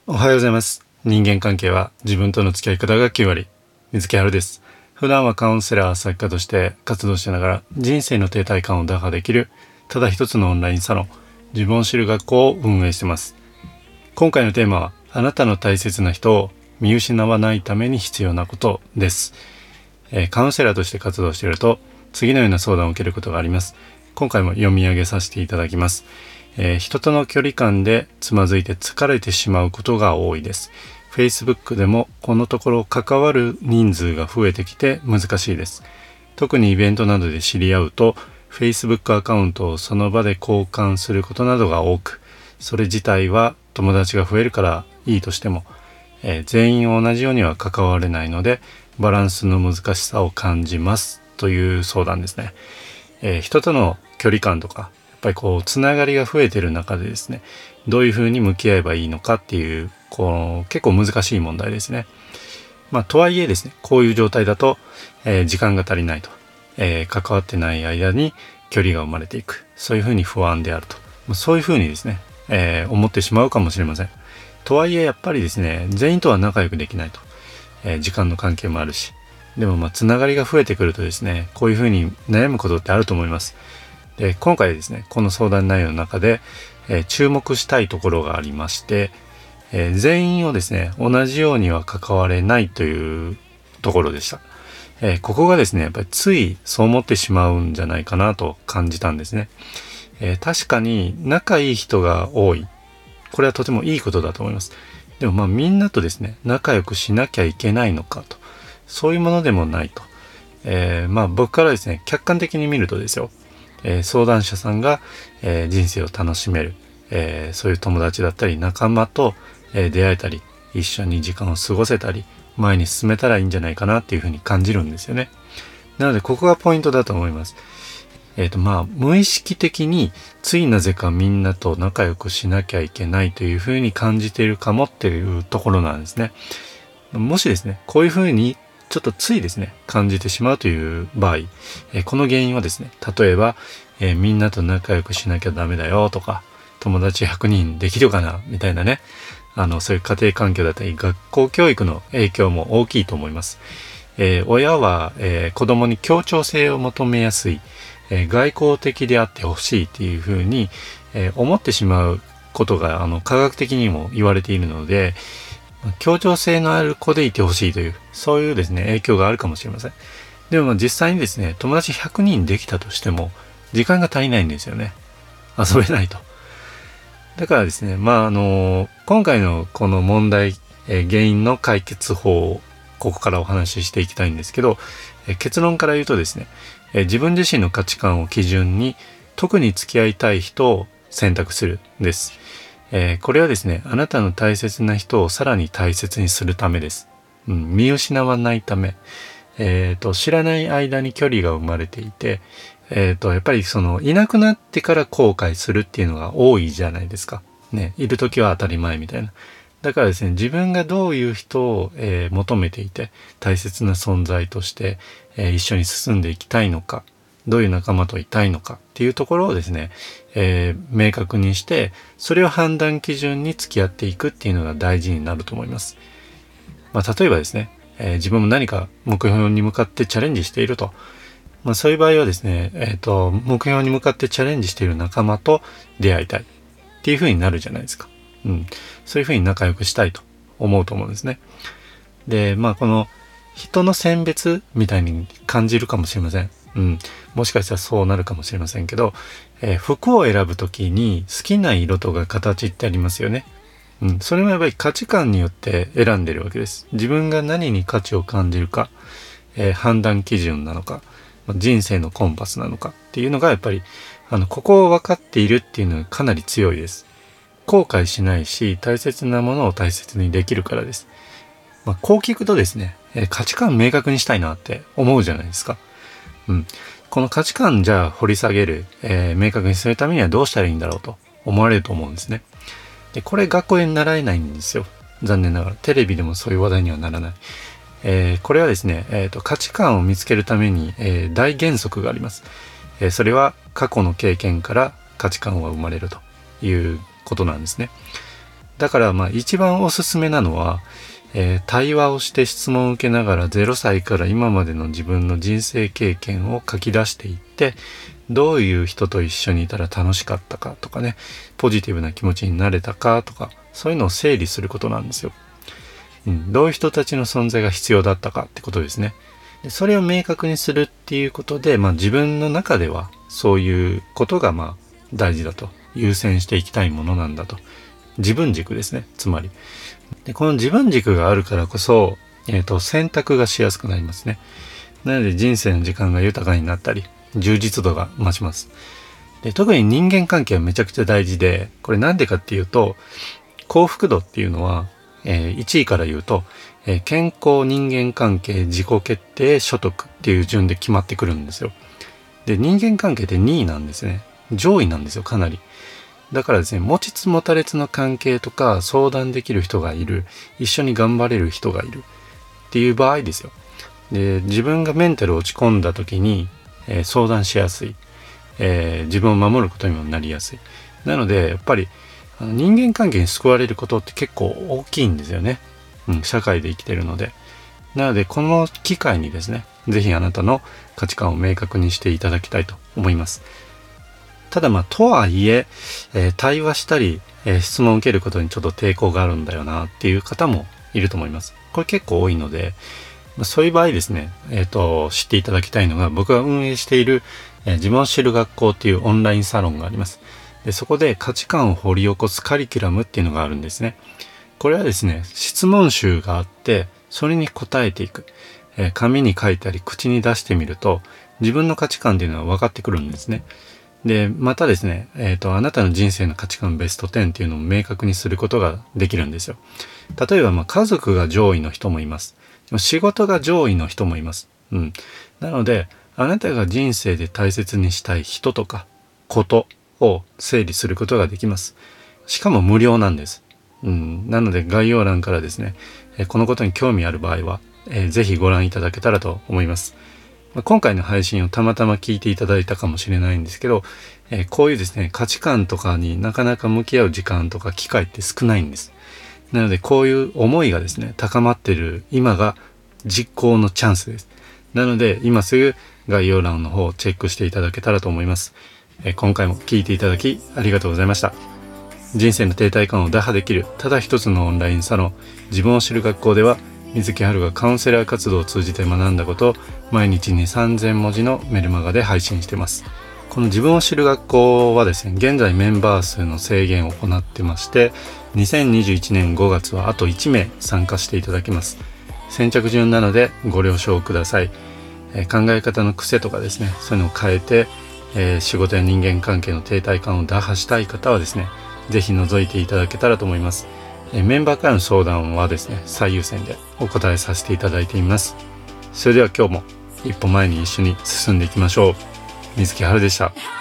おはようございます。人間関係は自分との付き合い方が9割。水木春です。普段はカウンセラー作家として活動しながら人生の停滞感を打破できるただ一つのオンラインサロン、自分を知る学校を運営しています。今回のテーマはあなたの大切な人を見失わないために必要なことです。カウンセラーとして活動していると次のような相談を受けることがあります。今回も読み上げさせていただきます。人との距離感でつまずいて疲れてしまうことが多いです。Facebook でもこのところ関わる人数が増えてきて難しいです。特にイベントなどで知り合うと Facebook アカウントをその場で交換することなどが多く、それ自体は友達が増えるからいいとしても、全員同じようには関われないのでバランスの難しさを感じますという相談ですね。人との距離感とかやっぱりつながりが増えてる中でですね、どういうふうに向き合えばいいのかっていう結構難しい問題ですね。とはいえですね、こういう状態だと、時間が足りないと、関わってない間に距離が生まれていく、そういうふうに不安であると、そういうふうにですね、思ってしまうかもしれません。とはいえやっぱりですね、全員とは仲良くできないと、時間の関係もあるし、でもつながりが増えてくるとですね、こういうふうに悩むことってあると思います。で、今回ですね、この相談内容の中で、注目したいところがありまして、全員をですね、同じようには関われないというところでした。ここがですね、やっぱりついそう思ってしまうんじゃないかなと感じたんですね。確かに仲いい人が多い。これはとてもいいことだと思います。でもみんなとですね、仲良くしなきゃいけないのかと。そういうものでもないと。僕からですね、客観的に見るとですよ、相談者さんが、人生を楽しめる、そういう友達だったり仲間と、出会えたり一緒に時間を過ごせたり前に進めたらいいんじゃないかなっていうふうに感じるんですよね。なのでここがポイントだと思います。無意識的についなぜかみんなと仲良くしなきゃいけないというふうに感じているかもっていうところなんですね。もしですね、こういうふうにちょっとついですね感じてしまうという場合、この原因はですね、例えば、みんなと仲良くしなきゃダメだよとか、友達100人できるかなみたいなね、そういう家庭環境だったり学校教育の影響も大きいと思います。親は、子供に協調性を求めやすい、外交的であってほしいっていうふうに、思ってしまうことが科学的にも言われているので、協調性のある子でいてほしいという、そういうですね影響があるかもしれません。でも実際にですね、友達100人できたとしても時間が足りないんですよね。遊べないと。だからですね、今回のこの問題、原因の解決法をここからお話ししていきたいんですけど、結論から言うとですね、自分自身の価値観を基準に特に付き合いたい人を選択するんです。これはですね、あなたの大切な人をさらに大切にするためです。見失わないため、知らない間に距離が生まれていて、やっぱりいなくなってから後悔するっていうのが多いじゃないですか。ね、いる時は当たり前みたいな。だからですね、自分がどういう人を、求めていて、大切な存在として、一緒に進んでいきたいのか、どういう仲間といたいのかっていうところをですね、明確にして、それを判断基準に付き合っていくっていうのが大事になると思います。例えばですね、自分も何か目標に向かってチャレンジしていると。そういう場合はですね、目標に向かってチャレンジしている仲間と出会いたいっていう風になるじゃないですか。そういう風に仲良くしたいと思うと思うんですね。で、この人の選別みたいに感じるかもしれません。もしかしたらそうなるかもしれませんけど、服を選ぶときに好きな色とか形ってありますよね。それもやっぱり価値観によって選んでるわけです。自分が何に価値を感じるか、判断基準なのか、人生のコンパスなのかっていうのがやっぱりここを分かっているっていうのがかなり強いです。後悔しないし大切なものを大切にできるからです。こう聞くとですね、価値観明確にしたいなって思うじゃないですか。この価値観じゃあ掘り下げる、明確にするためにはどうしたらいいんだろうと思われると思うんですね。でこれ学校で習えないんですよ。残念ながらテレビでもそういう話題にはならない。これはですね、価値観を見つけるために、大原則があります。それは過去の経験から価値観は生まれるということなんですね。 だから一番おすすめなのは、対話をして質問を受けながら0歳から今までの自分の人生経験を書き出していって、どういう人と一緒にいたら楽しかったかとかね、ポジティブな気持ちになれたかとか、そういうのを整理することなんですよ。どういう人たちの存在が必要だったかってことですね。でそれを明確にするっていうことで、自分の中ではそういうことが大事だと、優先していきたいものなんだと、自分軸ですね。つまりでこの自分軸があるからこそ、選択がしやすくなりますね。なので人生の時間が豊かになったり、充実度が増します。で特に人間関係はめちゃくちゃ大事で、これなんでかっていうと、幸福度っていうのは、1位から言うと、健康、人間関係、自己決定、所得っていう順で決まってくるんですよ。で人間関係って2位なんですね。上位なんですよ、かなり。だからですね、持ちつ持たれつの関係とか、相談できる人がいる、一緒に頑張れる人がいるっていう場合ですよ。で自分がメンタル落ち込んだ時に、相談しやすい、自分を守ることにもなりやすい。なのでやっぱり人間関係に救われることって結構大きいんですよね。社会で生きてるので。なのでこの機会にですね、ぜひあなたの価値観を明確にしていただきたいと思います。ただとはいえ対話したり、質問を受けることにちょっと抵抗があるんだよなっていう方もいると思います。これ結構多いので、そういう場合ですね、知っていただきたいのが、僕が運営している、自分を知る学校っていうオンラインサロンがあります。でそこで価値観を掘り起こすカリキュラムっていうのがあるんですね。これはですね、質問集があって、それに答えていく。紙に書いたり口に出してみると、自分の価値観っていうのは分かってくるんですね。でまたですね、あなたの人生の価値観ベスト10っていうのを明確にすることができるんですよ。例えば家族が上位の人もいます。仕事が上位の人もいます。なのであなたが人生で大切にしたい人とかことを整理することができます。しかも無料なんです。なので概要欄からですね、このことに興味ある場合は、ぜひご覧いただけたらと思います。今回の配信をたまたま聞いていただいたかもしれないんですけど、こういうですね、価値観とかになかなか向き合う時間とか機会って少ないんです。なのでこういう思いがですね、高まっている今が実行のチャンスです。なので今すぐ概要欄の方をチェックしていただけたらと思います。今回も聞いていただきありがとうございました。人生の停滞感を打破できるただ一つのオンラインサロン、自分を知る学校では、水木春がカウンセラー活動を通じて学んだことを毎日に3000文字のメルマガで配信しています。この自分を知る学校はですね、現在メンバー数の制限を行ってまして、2021年5月はあと1名参加していただきます。先着順なのでご了承ください。考え方の癖とかですね、そういうのを変えて、仕事や人間関係の停滞感を打破したい方はですね、ぜひ覗いていただけたらと思います。メンバーからの相談はですね、最優先でお答えさせていただいています。それでは今日も一歩前に一緒に進んでいきましょう。水木春でした。